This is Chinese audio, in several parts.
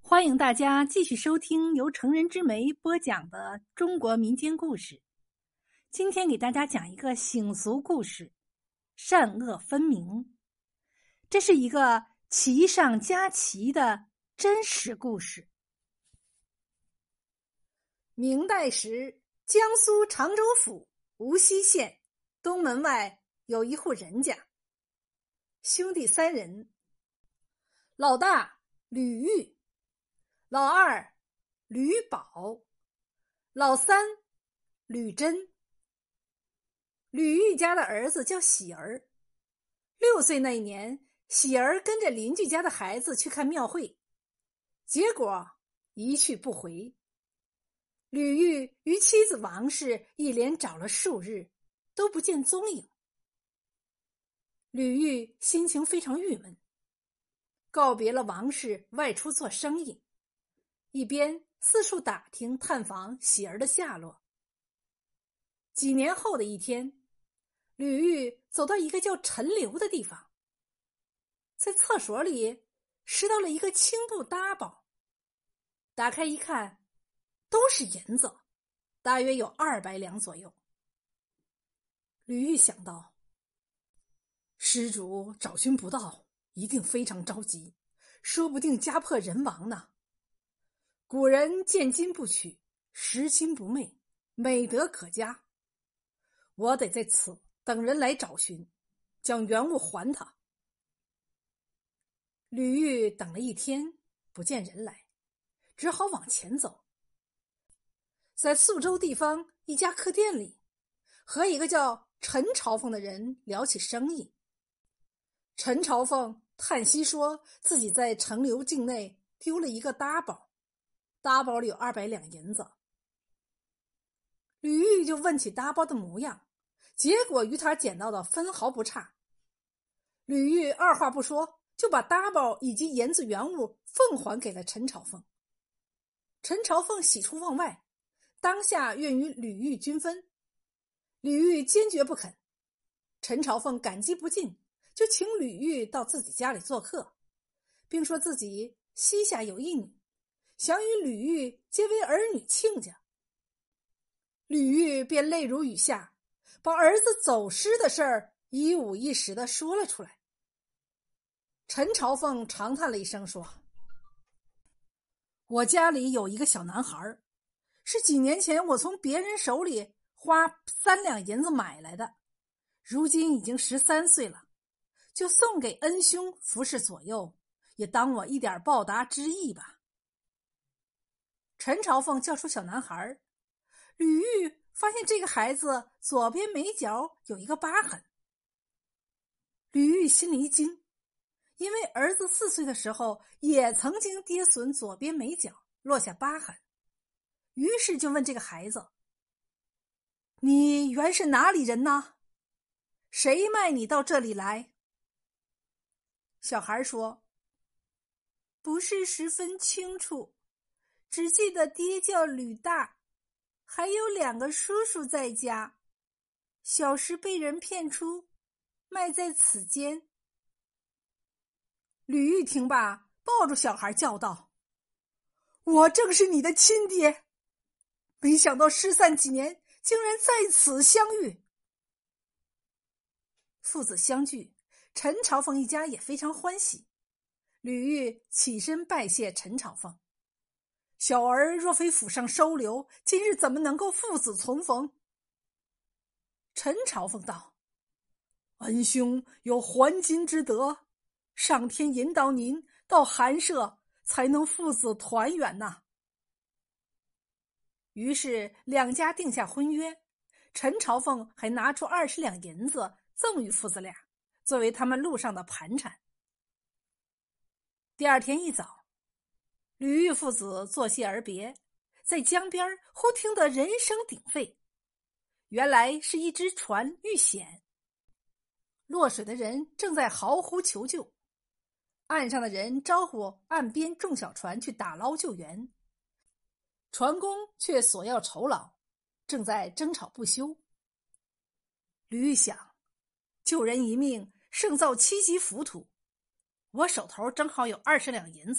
欢迎大家继续收听由成人之美播讲的中国民间故事。今天给大家讲一个醒俗故事，善恶分明。这是一个奇上加奇的真实故事。明代时，江苏常州府无锡县东门外有一户人家，兄弟三人，老大吕玉，老二吕宝，老三吕珍。吕玉家的儿子叫喜儿。6岁那一年，喜儿跟着邻居家的孩子去看庙会，结果一去不回。吕玉与妻子王氏一连找了数日，都不见踪影。吕玉心情非常郁闷，告别了王氏外出做生意，一边四处打听探访喜儿的下落。几年后的一天，吕玉走到一个叫陈留的地方，在厕所里拾到了一个青布搭包，打开一看，都是银子，大约有200两左右。吕玉想到，失主找寻不到，一定非常着急，说不定家破人亡呢。古人见金不取，拾金不昧，美德可嘉。我得在此等人来找寻，将原物还他。吕玉等了一天，不见人来，只好往前走。在宿州地方一家客店里，和一个叫陈朝凤的人聊起生意。陈朝凤叹息说自己在陈留境内丢了一个搭包，搭包里有200两银子。吕玉就问起搭包的模样，结果与他捡到的分毫不差。吕玉二话不说，就把搭包以及银子原物奉还给了陈朝凤。陈朝凤喜出望外，当下愿与吕玉均分。吕玉坚决不肯，陈朝凤感激不尽，就请吕玉到自己家里做客，并说自己膝下有一女，想与吕玉结为儿女亲家。吕玉便泪如雨下，把儿子走失的事儿一五一十地说了出来。陈朝凤长叹了一声说，我家里有一个小男孩，是几年前我从别人手里花3两银子买来的，如今已经13岁了，就送给恩兄服侍左右，也当我一点报答之意吧。陈朝凤叫出小男孩，吕玉发现这个孩子左边眉角有一个疤痕。吕玉心里一惊，因为儿子4岁的时候也曾经跌损左边眉角，落下疤痕，于是就问这个孩子，你原是哪里人呢？谁卖你到这里来？小孩说，不是十分清楚，只记得爹叫吕大，还有2个叔叔在家，小时被人骗出，卖在此间。吕玉听罢，抱住小孩叫道，我正是你的亲爹，没想到失散几年，竟然在此相遇。父子相聚，陈朝凤一家也非常欢喜。吕玉起身拜谢陈朝凤，小儿若非府上收留，今日怎么能够父子重逢？陈朝凤道，恩兄有还金之德，上天引导您到寒舍，才能父子团圆呐。于是两家定下婚约，陈朝凤还拿出20两银子赠与父子俩，作为他们路上的盘缠。第2天一早，吕玉父子作谢而别，在江边忽听得人声鼎沸，原来是一只船遇险，落水的人正在嚎呼求救，岸上的人招呼岸边众小船去打捞救援，船工却索要酬劳，正在争吵不休。吕玉想，救人一命胜造7级浮屠，我手头正好有20两银子，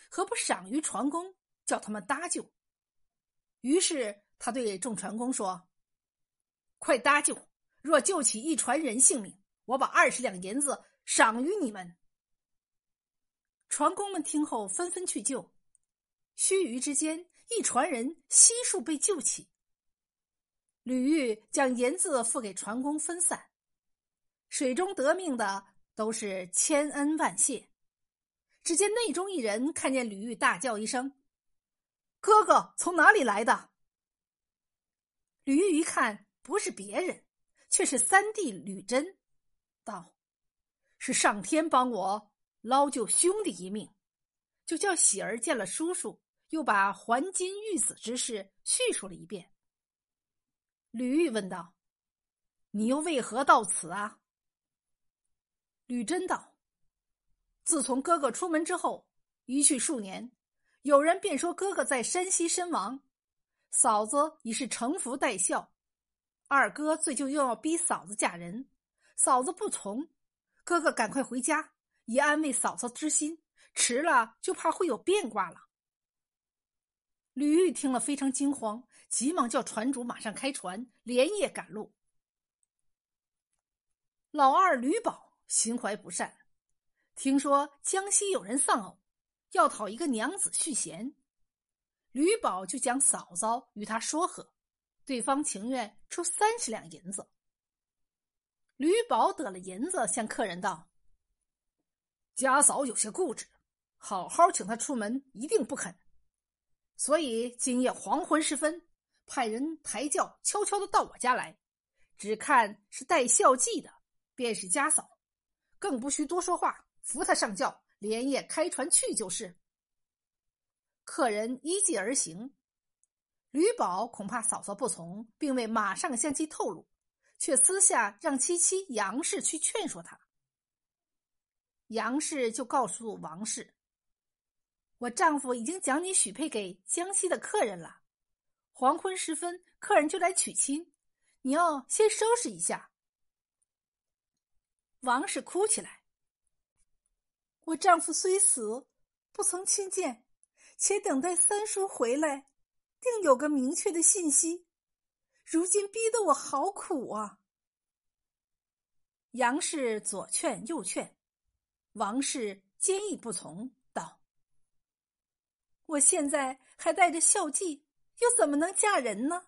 何不赏于船工，叫他们搭救？于是他对众船工说：快搭救，若救起一船人性命，我把20两银子赏于你们。船工们听后纷纷去救，须臾之间，一船人悉数被救起。吕玉将银子付给船工分散，水中得命的都是千恩万谢。只见内中一人看见吕玉，大叫一声：哥哥从哪里来的？吕玉一看，不是别人，却是三弟吕真，道：是上天帮我捞救兄弟一命。就叫喜儿见了叔叔，又把还金遇死之事叙述了一遍。吕玉问道：你又为何到此啊？吕真道：自从哥哥出门之后，一去数年，有人便说哥哥在山西身亡，嫂子已是承服待孝，二哥最就又要逼嫂子嫁人，嫂子不从，哥哥赶快回家，以安慰嫂子之心，迟了就怕会有变卦了。吕玉听了非常惊慌，急忙叫船主马上开船，连夜赶路。老二吕宝心怀不善，听说江西有人丧偶，要讨一个娘子续弦，吕宝就将嫂子与他说和，对方情愿出30两银子。吕宝得了银子，向客人道：家嫂有些固执，好好请她出门一定不肯，所以今夜黄昏时分，派人抬轿悄悄地到我家来，只看是带孝祭的，便是家嫂，更不需多说话，扶她上轿，连夜开船去就是。客人依计而行。吕宝恐怕嫂嫂不从，并未马上向其透露，却私下让其妻杨氏去劝说他。杨氏就告诉王氏：我丈夫已经将你许配给江西的客人了，黄昏时分客人就来娶亲，你要先收拾一下。王氏哭起来：我丈夫虽死，不曾亲见，且等待三叔回来，定有个明确的信息，如今逼得我好苦啊。杨氏左劝右劝，王氏坚毅不从，道：我现在还带着孝祭，又怎么能嫁人呢？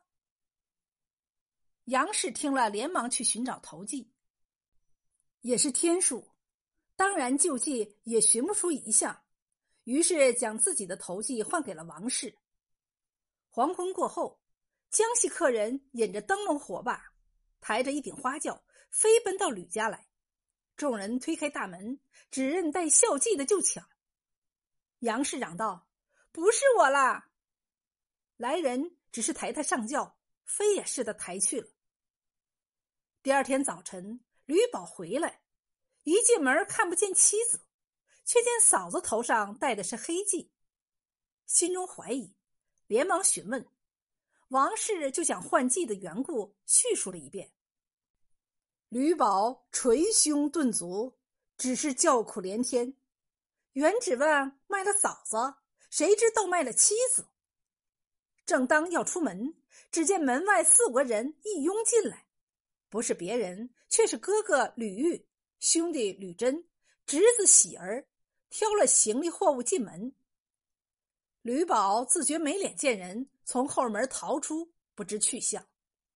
杨氏听了，连忙去寻找头祭，也是天数，当然救济也寻不出一项，于是将自己的头祭换给了王氏。黄昏过后，江西客人引着灯笼火把，抬着一顶花轿，飞奔到吕家来。众人推开大门，只认带孝祭的就抢。杨氏嚷道：不是我啦！来人只是抬他上轿，飞也似的抬去了。第二天早晨，吕宝回来，一进门看不见妻子，却见嫂子头上戴的是黑髻，心中怀疑，连忙询问。王氏就将换季的缘故叙述了一遍。吕宝捶胸顿足，只是叫苦连天，原指望卖了嫂子，谁知道卖了妻子。正当要出门，只见门外4、5个人一拥进来，不是别人，却是哥哥吕玉、兄弟吕真、侄子喜儿，挑了行李货物进门。吕宝自觉没脸见人，从后门逃出，不知去向。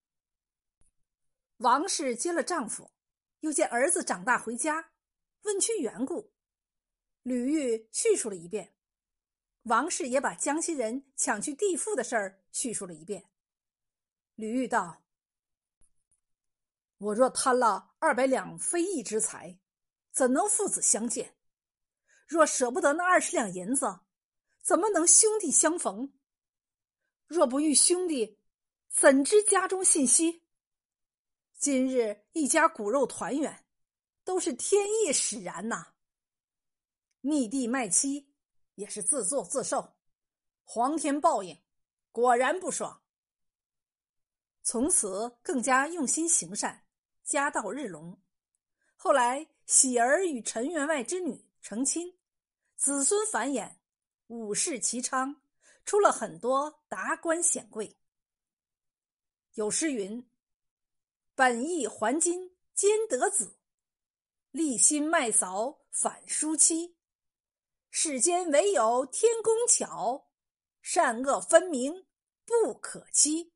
王氏接了丈夫，又见儿子长大回家，问其缘故，吕玉叙述了一遍。王氏也把江西人抢去地富的事儿叙述了一遍。吕玉道：我若贪了200两非义之财，怎能父子相见？若舍不得那20两银子，怎么能兄弟相逢？若不遇兄弟，怎知家中信息？今日一家骨肉团圆，都是天意使然呐。逆地卖妻也是自作自受，皇天报应，果然不爽。从此更加用心行善，家道日隆。后来喜儿与陈员外之女成亲，子孙繁衍， 武士齐昌，出了很多达官显贵。有诗云：本意还金兼得子，立心卖嫂反叔妻。世间唯有天公巧，善恶分明不可欺。